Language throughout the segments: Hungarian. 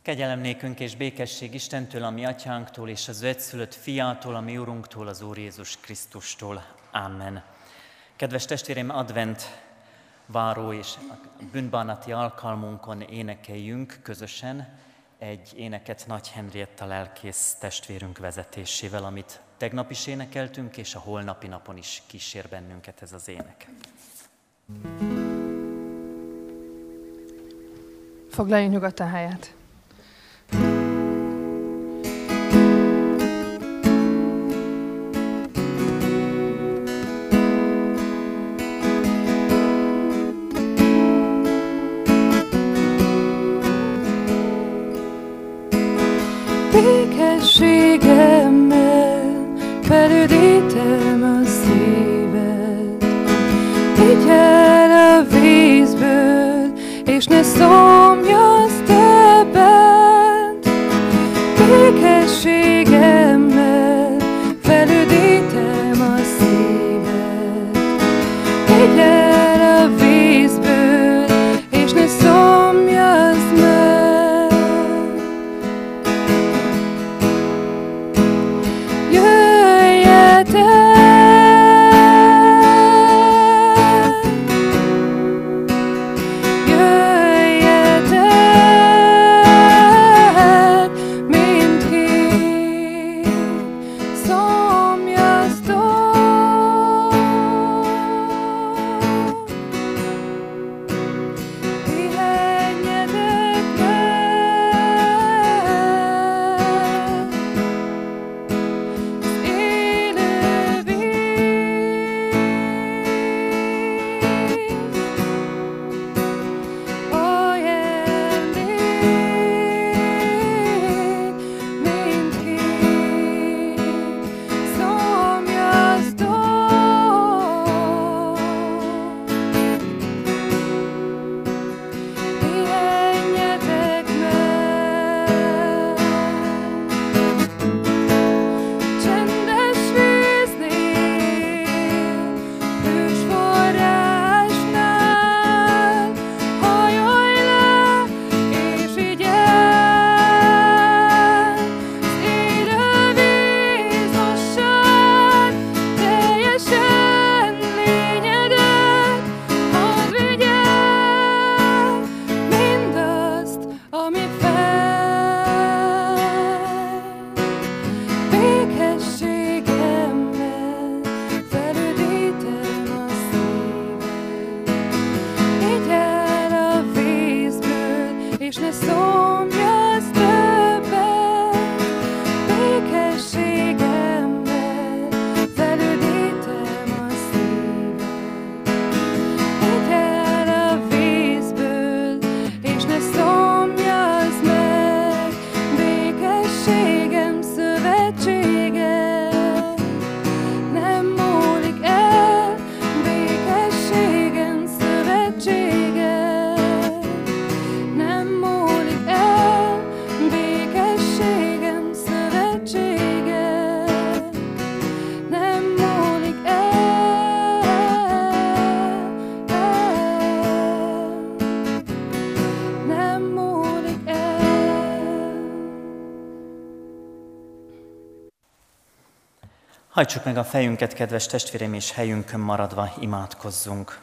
Kegyelem nékünk és békesség Istentől, a mi atyánktól, és az ő egyszülött fiától, a mi Urunktól, az Úr Jézus Krisztustól. Amen. Kedves testvéreim, advent váró és bűnbánati alkalmunkon énekeljünk közösen egy éneket Nagy Henrietta lelkész testvérünk vezetésével, amit tegnap is énekeltünk, és a holnapi napon is kísér bennünket ez az ének. Foglaljunk nyugodtan helyet. Békességemmel felüdítem a szíved, vigy el a vízből, és ne szomjasz többet. Békességemmel felüdítem a szíved, vigy el a vízből, és ne szomjasz meg. Hajtsuk meg a fejünket, kedves testvérem, és helyünkön maradva imádkozzunk.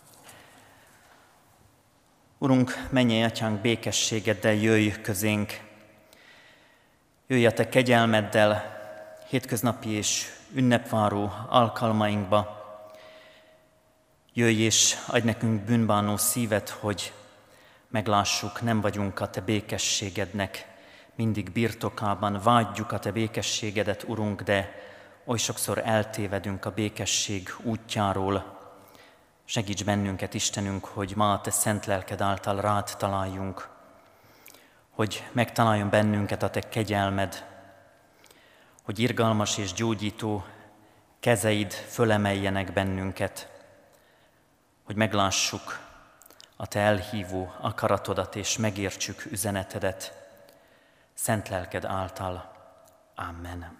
Urunk, mennyei atyánk, békességeddel jöjj közénk. Jöjj a te kegyelmeddel hétköznapi és ünnepváró alkalmainkba. Jöjj és adj nekünk bűnbánó szívet, hogy meglássuk, nem vagyunk a te békességednek mindig birtokában. Vágyjuk a te békességedet, Urunk, de oly sokszor eltévedünk a békesség útjáról. Segíts bennünket, Istenünk, hogy ma a te szent lelked által rád találjunk, hogy megtaláljon bennünket a te kegyelmed, hogy irgalmas és gyógyító kezeid fölemeljenek bennünket, hogy meglássuk a te elhívó akaratodat és megértsük üzenetedet szent lelked által. Amen.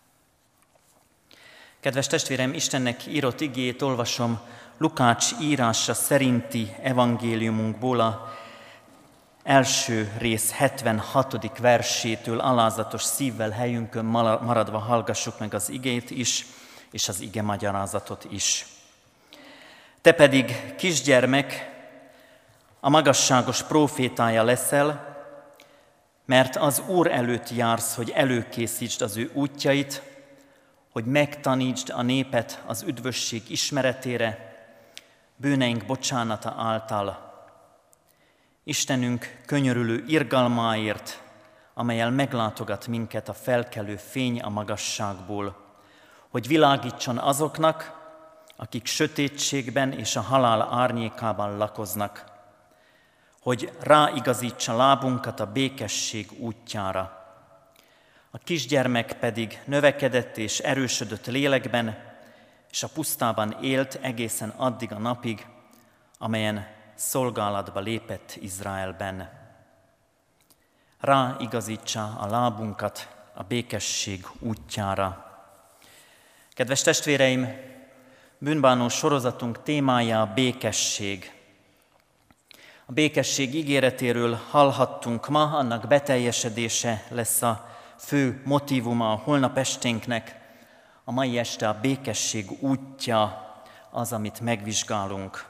Kedves testvérem, Istennek írott igéjét olvasom Lukács írása szerinti evangéliumunkból, a első rész 76. versétől alázatos szívvel helyünkön maradva hallgassuk meg az igét is, és az ige magyarázatot is. Te pedig, kisgyermek, a magasságos prófétája leszel, mert az Úr előtt jársz, hogy előkészítsd az ő útjait, hogy megtanítsd a népet az üdvösség ismeretére, bűneink bocsánata által. Istenünk könyörülő irgalmáért, amellyel meglátogat minket a felkelő fény a magasságból, hogy világítson azoknak, akik sötétségben és a halál árnyékában lakoznak, hogy ráigazítsa lábunkat a békesség útjára. A kisgyermek pedig növekedett és erősödött lélekben, és a pusztában élt egészen addig a napig, amelyen szolgálatba lépett Izraelben. Ráigazítsa a lábunkat a békesség útjára. Kedves testvéreim, bűnbánó sorozatunk témája a békesség. A békesség ígéretéről hallhattunk ma, annak beteljesedése lesz a fő motívuma a holnap esténknek. A mai este a békesség útja az, amit megvizsgálunk.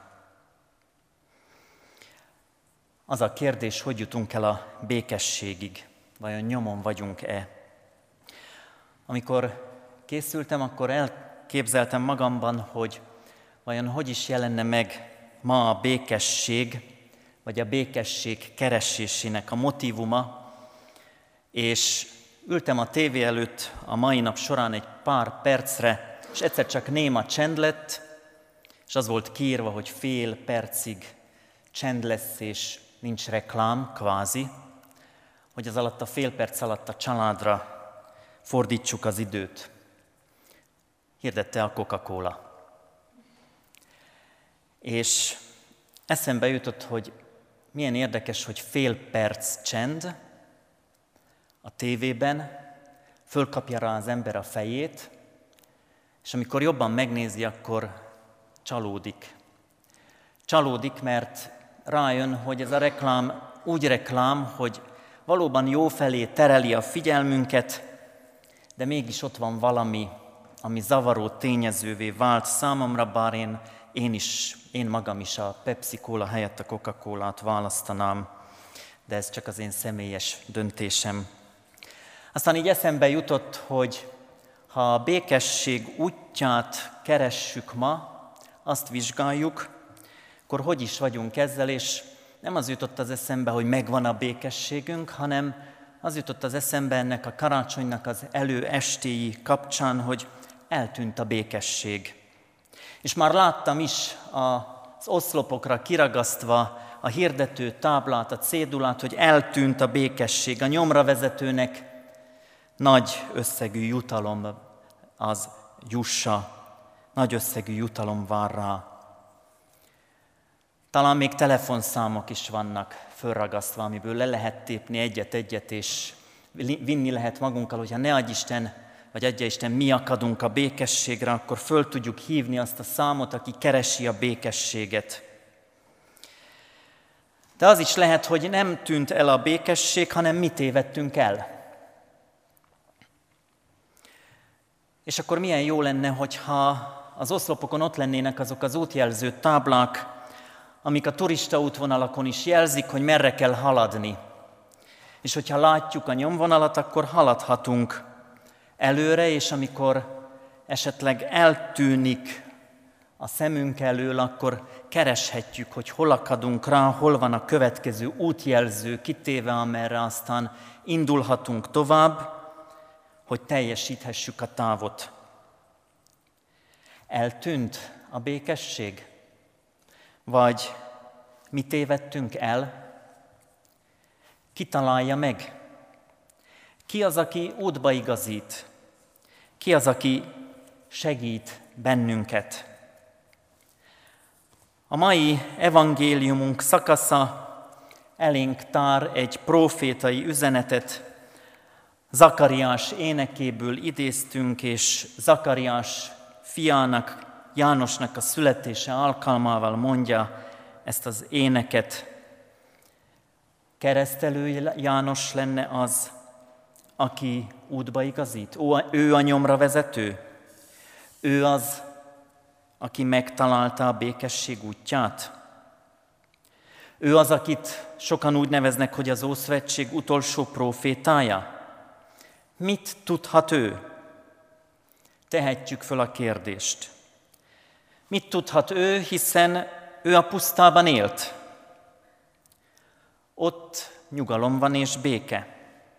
Az a kérdés, hogy jutunk el a békességig, vajon nyomon vagyunk-e? Amikor készültem, akkor elképzeltem magamban, hogy vajon hogy is jelenne meg ma a békesség, vagy a békesség keresésének a motívuma, és ültem a tévé előtt a mai nap során egy pár percre, és egyszer csak néma csend lett, és az volt kiírva, hogy fél percig csend lesz, és nincs reklám, kvázi, hogy az alatt a fél perc alatt a családra fordítsuk az időt. Hirdette a Coca-Cola. És eszembe jutott, hogy milyen érdekes, hogy fél perc csend a tévében, fölkapja rá az ember a fejét, és amikor jobban megnézi, akkor csalódik. Csalódik, mert rájön, hogy ez a reklám úgy reklám, hogy valóban jó felé tereli a figyelmünket, de mégis ott van valami, ami zavaró tényezővé vált számomra, bár én magam is a Pepsi Cola helyett a Coca-Colát választanám, de ez csak az én személyes döntésem. Aztán így eszembe jutott, hogy ha a békesség útját keressük ma, azt vizsgáljuk, akkor hogy is vagyunk ezzel, és nem az jutott az eszembe, hogy megvan a békességünk, hanem az jutott az eszembe ennek a karácsonynak az előestéi kapcsán, hogy eltűnt a békesség. És már láttam is az oszlopokra kiragasztva a hirdető táblát, a cédulát, hogy eltűnt a békesség. A nyomravezetőnek nagy összegű jutalom az jussa, nagy összegű jutalom vár rá. Talán még telefonszámok is vannak fölragasztva, amiből le lehet tépni egyet-egyet, és vinni lehet magunkkal, hogyha ne adj Isten, vagy adja Isten, mi akadunk a békességre, akkor föl tudjuk hívni azt a számot, aki keresi a békességet. De az is lehet, hogy nem tűnt el a békesség, hanem mi tévedtünk el. És akkor milyen jó lenne, hogyha az oszlopokon ott lennének azok az útjelző táblák, amik a turista útvonalakon is jelzik, hogy merre kell haladni. És hogyha látjuk a nyomvonalat, akkor haladhatunk előre, és amikor esetleg eltűnik a szemünk elől, akkor kereshetjük, hogy hol akadunk rá, hol van a következő útjelző kitéve, amerre aztán indulhatunk tovább, hogy teljesíthessük a távot. Eltűnt a békesség? Vagy mi tévedtünk el? Ki találja meg? Ki az, aki útba igazít? Ki az, aki segít bennünket? A mai evangéliumunk szakasza elénk tár egy prófétai üzenetet. Zakariás énekéből idéztünk, és Zakariás fiának, Jánosnak a születése alkalmával mondja ezt az éneket. Keresztelő János lenne az, aki útba igazít? Ő a nyomra vezető? Ő az, aki megtalálta a békesség útját? Ő az, akit sokan úgy neveznek, hogy az Ószövetség utolsó prófétája? Mit tudhat ő? Tehetjük föl a kérdést. Mit tudhat ő, hiszen ő a pusztában élt? Ott nyugalom van és béke.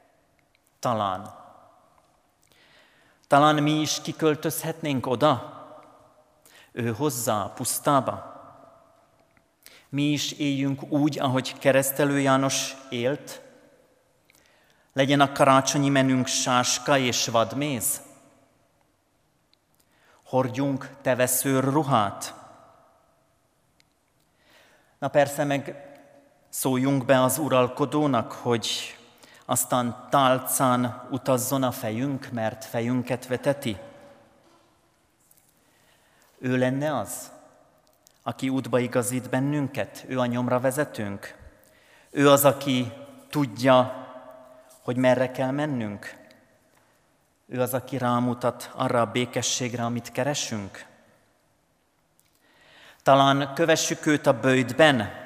Talán mi is kiköltözhetnénk oda, ő hozzá a pusztába. Mi is éljünk úgy, ahogy Keresztelő János élt. Legyen a karácsonyi menünk sáska és vadméz. Hordjunk teveszőr ruhát. Na persze meg szóljunk be az uralkodónak, hogy aztán tálcán utazzon a fejünk, mert fejünket veteti. Ő lenne az, aki útba igazít bennünket, ő a nyomra vezetőnk. Ő az, aki tudja, hogy merre kell mennünk. Ő az, aki rámutat arra a békességre, amit keresünk. Talán kövessük őt a böjtben,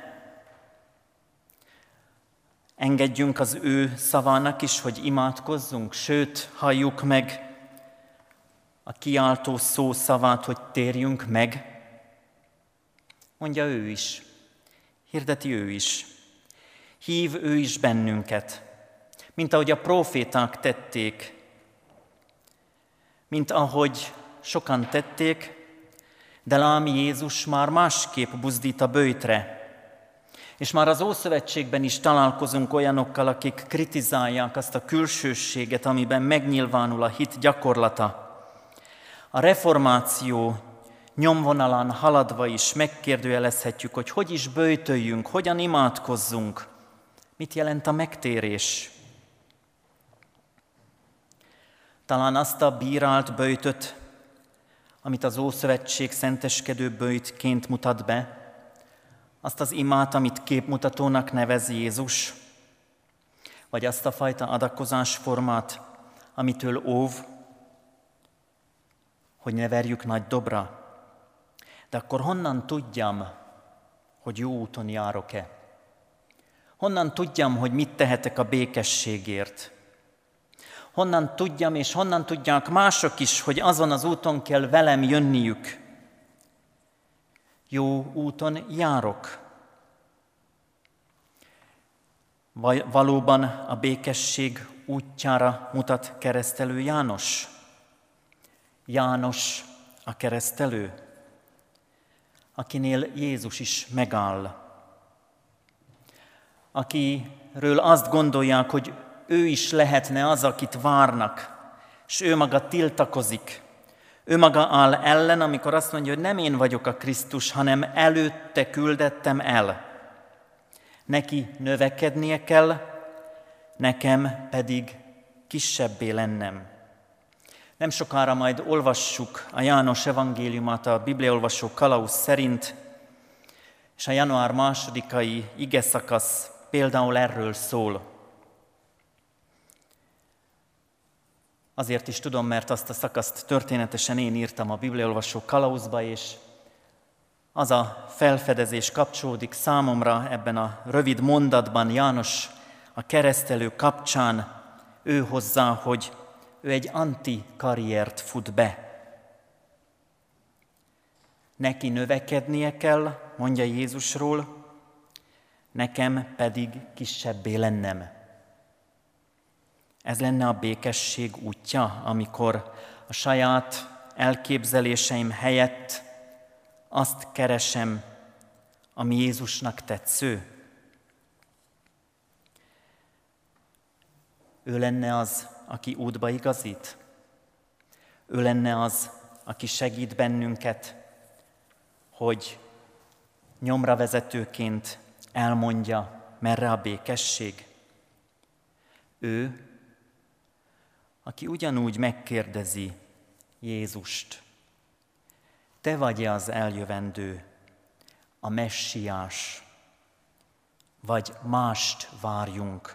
engedjünk az ő szavának is, hogy imádkozzunk, sőt, halljuk meg a kiáltó szó szavát, hogy térjünk meg. Mondja ő is, hirdeti ő is, hív ő is bennünket, mint ahogy a próféták tették, mint ahogy sokan tették, de lám Jézus már másképp buzdít a böjtre. És már az Ószövetségben is találkozunk olyanokkal, akik kritizálják azt a külsőséget, amiben megnyilvánul a hit gyakorlata. A reformáció nyomvonalán haladva is megkérdőjelezhetjük, hogy is böjtöljünk, hogyan imádkozzunk, mit jelent a megtérés. Talán azt a bírált böjtöt, amit az Ószövetség szenteskedő böjtként mutat be, azt az imát, amit képmutatónak nevez Jézus, vagy azt a fajta adakozásformát, amitől óv, hogy ne verjük nagy dobra. De akkor honnan tudjam, hogy jó úton járok-e? Honnan tudjam, hogy mit tehetek a békességért? Honnan tudjam, és honnan tudják mások is, hogy azon az úton kell velem jönniük? Jó úton járok. Valóban a békesség útjára mutat Keresztelő János? János a keresztelő, akinél Jézus is megáll. Akiről azt gondolják, hogy ő is lehetne az, akit várnak, és ő maga tiltakozik. Ő maga áll ellen, amikor azt mondja, hogy nem én vagyok a Krisztus, hanem előtte küldettem el. Neki növekednie kell, nekem pedig kisebbé lennem. Nem sokára majd olvassuk a János evangéliumát a bibliaolvasó kalauz szerint, és a január 2-ai igeszakasz például erről szól. Azért is tudom, mert azt a szakaszt történetesen én írtam a bibliaolvasó kalauzba, és az a felfedezés kapcsolódik számomra ebben a rövid mondatban János a keresztelő kapcsán ő hozzá, hogy ő egy antikarriert fut be. Neki növekednie kell, mondja Jézusról, nekem pedig kisebbé lennem. Ez lenne a békesség útja, amikor a saját elképzeléseim helyett azt keresem, ami Jézusnak tetsző. Ő lenne az, aki útba igazít. Ő lenne az, aki segít bennünket, hogy nyomra vezetőként elmondja, merre a békesség. Ő, aki ugyanúgy megkérdezi Jézust, te vagy az eljövendő, a messiás, vagy mást várjunk.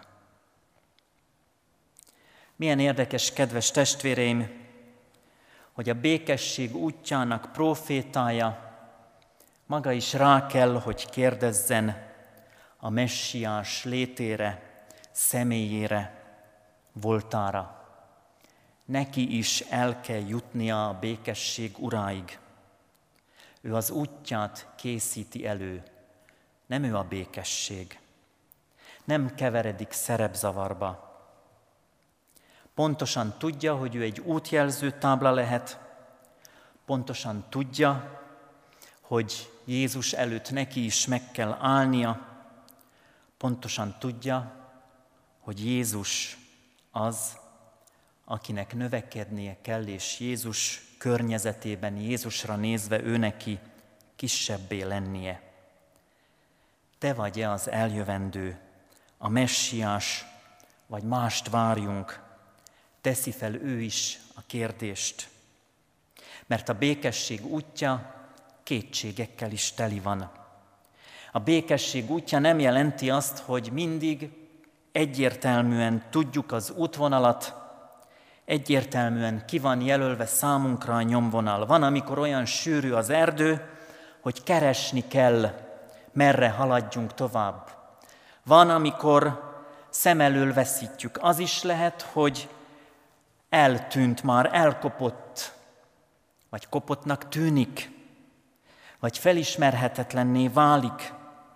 Milyen érdekes, kedves testvéreim, hogy a békesség útjának prófétája maga is rá kell, hogy kérdezzen a messiás létére, személyére, voltára. Neki is el kell jutnia a békesség uráig. Ő az útját készíti elő, nem ő a békesség. Nem keveredik szerepzavarba. Pontosan tudja, hogy ő egy útjelző tábla lehet, pontosan tudja, hogy Jézus előtt neki is meg kell állnia, pontosan tudja, hogy Jézus az, akinek növekednie kell, és Jézus környezetében, Jézusra nézve ő neki kisebbé lennie. Te vagy-e az eljövendő, a messiás, vagy mást várjunk? Teszi fel ő is a kérdést. Mert a békesség útja kétségekkel is teli van. A békesség útja nem jelenti azt, hogy mindig egyértelműen tudjuk az útvonalat, egyértelműen ki van jelölve számunkra a nyomvonal. Van, amikor olyan sűrű az erdő, hogy keresni kell, merre haladjunk tovább. Van, amikor szem elől veszítjük. Az is lehet, hogy eltűnt már, elkopott, vagy kopottnak tűnik, vagy felismerhetetlenné válik,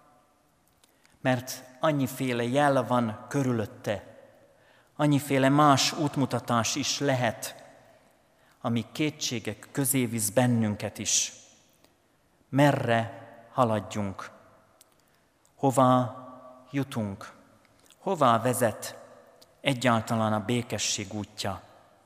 mert annyiféle jel van körülötte, annyiféle más útmutatás is lehet, ami kétségek közé visz bennünket is. Merre haladjunk? Hová jutunk? Hová vezet egyáltalán a békesség útja?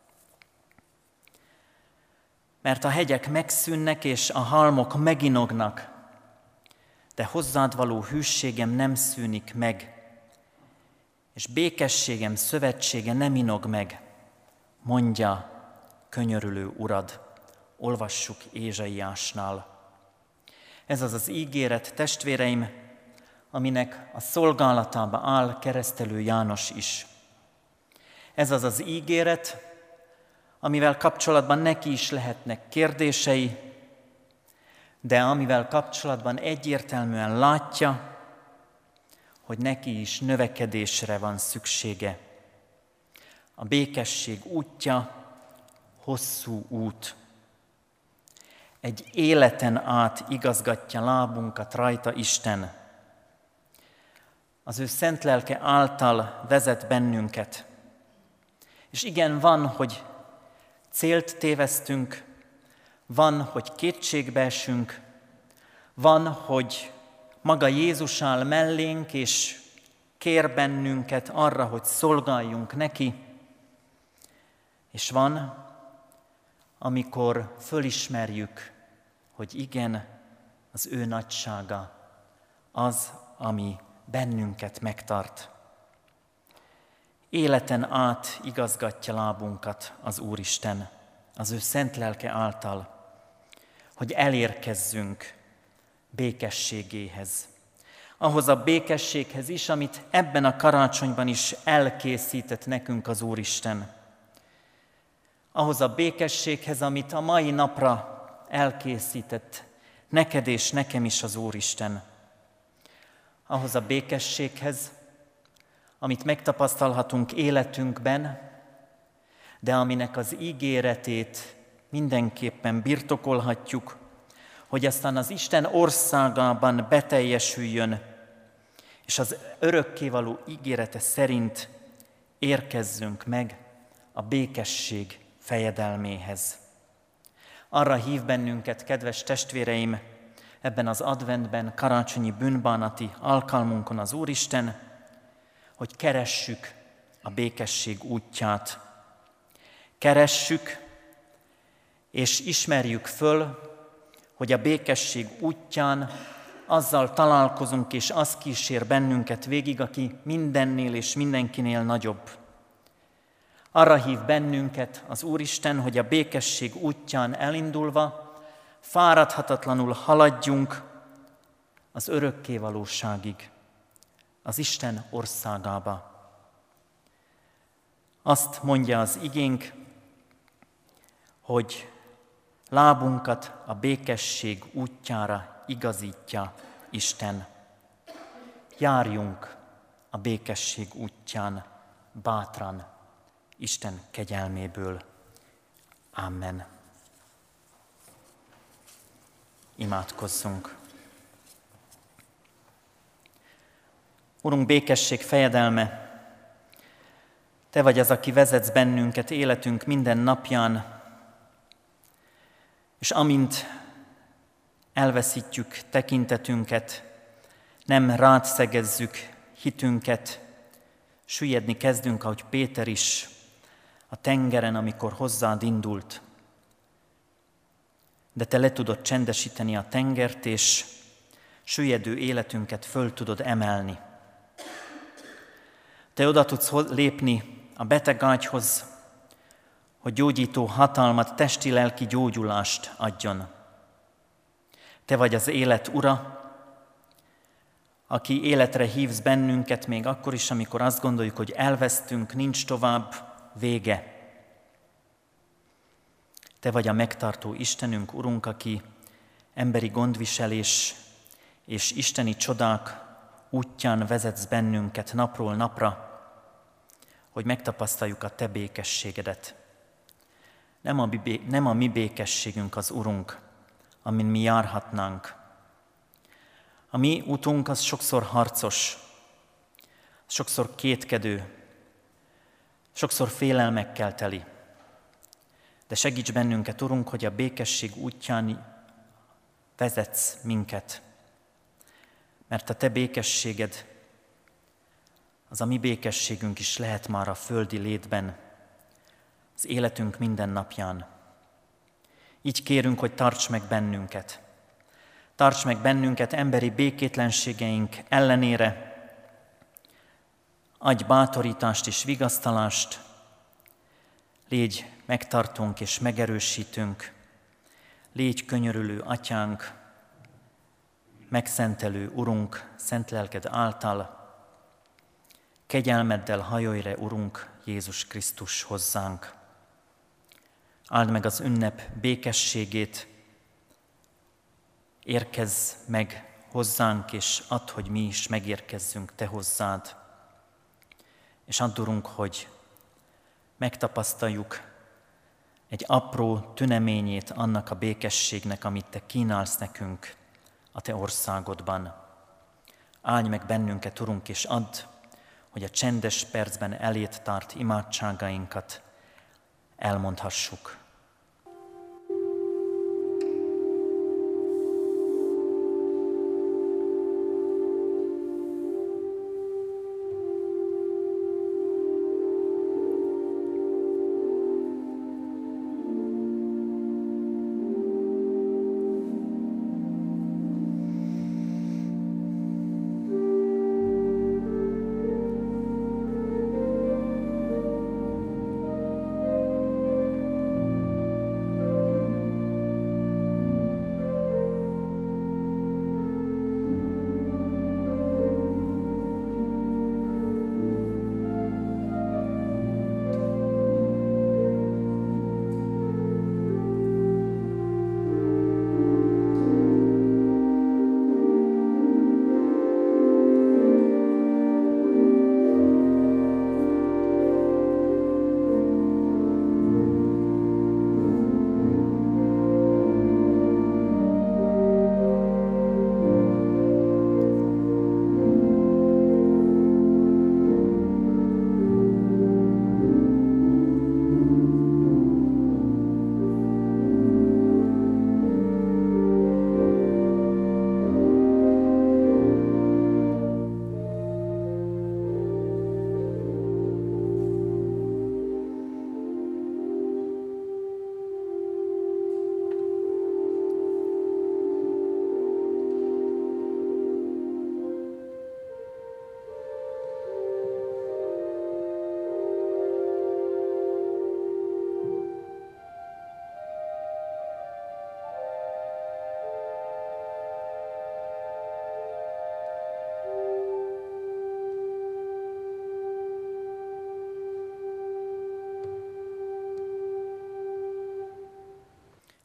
Mert a hegyek megszűnnek, és a halmok meginognak, de hozzád való hűségem nem szűnik meg, és békességem szövetsége nem inog meg, mondja könyörülő Urad. Olvassuk Ézsaiásnál. Ez az az ígéret, testvéreim, aminek a szolgálatába áll Keresztelő János is. Ez az az ígéret, amivel kapcsolatban neki is lehetnek kérdései, de amivel kapcsolatban egyértelműen látja, hogy neki is növekedésre van szüksége. A békesség útja hosszú út. Egy életen át igazgatja lábunkat rajta Isten. Az ő szent lelke által vezet bennünket. És igen, van, hogy célt tévesztünk, van, hogy kétségbe esünk, van, hogy maga Jézus áll mellénk, és kér bennünket arra, hogy szolgáljunk neki, és van, amikor fölismerjük, hogy igen, az ő nagysága az, ami bennünket megtart. Életen át igazgatja lábunkat az Úristen, az ő szent lelke által, hogy elérkezzünk békességéhez. Ahhoz a békességhez is, amit ebben a karácsonyban is elkészített nekünk az Úristen. Ahhoz a békességhez, amit a mai napra elkészített neked és nekem is az Úristen. Ahhoz a békességhez, amit megtapasztalhatunk életünkben, de aminek az ígéretét mindenképpen birtokolhatjuk, hogy aztán az Isten országában beteljesüljön, és az örökkévaló ígérete szerint érkezzünk meg a békesség fejedelméhez. Arra hív bennünket, kedves testvéreim, ebben az adventben, karácsonyi bűnbánati alkalmunkon az Úristen, hogy keressük a békesség útját. Keressük, és ismerjük föl, hogy a békesség útján azzal találkozunk, és az kísér bennünket végig, aki mindennél és mindenkinél nagyobb. Arra hív bennünket az Úristen, hogy a békesség útján elindulva fáradhatatlanul haladjunk az örökké valóságig. az Isten országába. Azt mondja az igénk, hogy lábunkat a békesség útjára igazítja Isten. Járjunk a békesség útján bátran, Isten kegyelméből. Amen. Imádkozzunk. Urunk, békesség fejedelme, Te vagy az, aki vezetsz bennünket életünk minden napján, és amint elveszítjük tekintetünket, nem rád szegezzük hitünket, süllyedni kezdünk, ahogy Péter is a tengeren, amikor hozzád indult. De Te le tudod csendesíteni a tengert, és süllyedő életünket föl tudod emelni. Te oda tudsz lépni a beteg ágyhoz, hogy gyógyító hatalmat, testi-lelki gyógyulást adjon. Te vagy az élet ura, aki életre hívsz bennünket még akkor is, amikor azt gondoljuk, hogy elvesztünk, nincs tovább vége. Te vagy a megtartó Istenünk, Urunk, aki emberi gondviselés és isteni csodák útján vezetsz bennünket napról napra, hogy megtapasztaljuk a Te békességedet. Nem a mi békességünk az Urunk, amin mi járhatnánk. A mi utunk az sokszor harcos, sokszor kétkedő, sokszor félelmekkel teli. De segíts bennünket, Urunk, hogy a békesség útján vezetsz minket. Mert a Te békességed, az a mi békességünk is lehet már a földi létben, az életünk minden napján. Így kérünk, hogy tarts meg bennünket. Tarts meg bennünket emberi békétlenségeink ellenére, adj bátorítást és vigasztalást, légy megtartónk és megerősítünk, légy könyörülő Atyánk, megszentelő Urunk, szent lelked által, kegyelmeddel hajolj le, Urunk, Jézus Krisztus hozzánk. Áld meg az ünnep békességét, érkezz meg hozzánk, és add, hogy mi is megérkezzünk Te hozzád. És add, Urunk, hogy megtapasztaljuk egy apró tüneményét annak a békességnek, amit Te kínálsz nekünk a Te országodban. Áldj meg bennünket, Urunk, és add, hogy a csendes percben eléd tárt imádságainkat elmondhassuk.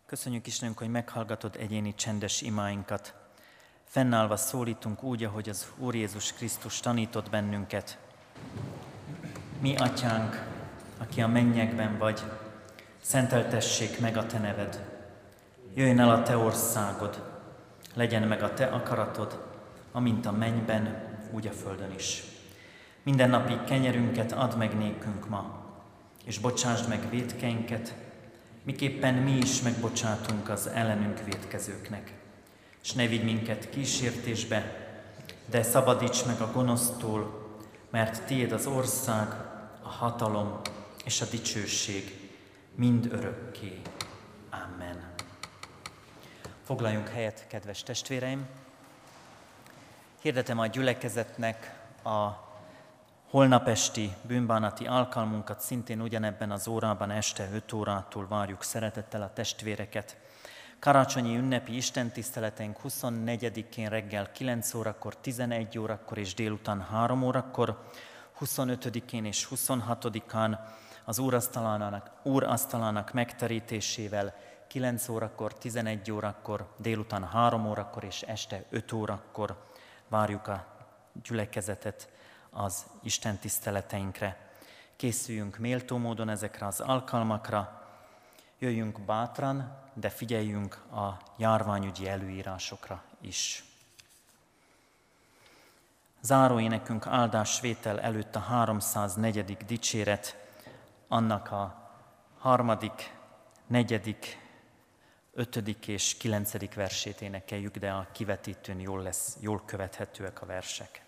Köszönjük Istenünk, hogy meghallgatod egyéni csendes imáinkat. Fennállva szólítunk úgy, ahogy az Úr Jézus Krisztus tanított bennünket. Mi atyánk, aki a mennyekben vagy, szenteltessék meg a te neved. Jöjjön el a te országod, legyen meg a te akaratod, amint a mennyben, úgy a földön is. Mindennapi kenyerünket add meg nékünk ma, és bocsásd meg vétkeinket, miképpen mi is megbocsátunk az ellenünk vétkezőknek. És ne vigy minket kísértésbe, de szabadíts meg a gonosztól, mert tiéd az ország, a hatalom és a dicsőség mind örökké. Amen. Foglaljunk helyet, kedves testvéreim! Hirdetem a gyülekezetnek a holnap esti bűnbánati alkalmunkat, szintén ugyanebben az órában, este 5 órától várjuk szeretettel a testvéreket. Karácsonyi ünnepi istentiszteleteink 24-én reggel 9 órakor, 11 órakor és délután 3 órakor, 25-én és 26-án az úrasztalának megterítésével 9 órakor, 11 órakor, délután 3 órakor és este 5 órakor várjuk a gyülekezetet az istentiszteleteinkre. Készüljünk méltó módon ezekre az alkalmakra, jöjjünk bátran, de figyeljünk a járványügyi előírásokra is. Záróénekünk áldásvétel előtt a 304. dicséret, annak a 3., 4., 5. és 9. versét énekeljük, de a kivetítőn jól követhetőek a versek.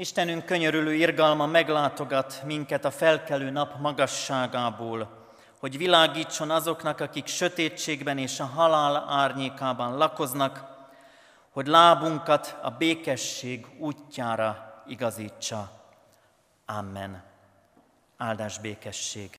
Istenünk könyörülő irgalma meglátogat minket a felkelő nap magasságából, hogy világítson azoknak, akik sötétségben és a halál árnyékában lakoznak, hogy lábunkat a békesség útjára igazítsa. Amen. Áldás békesség.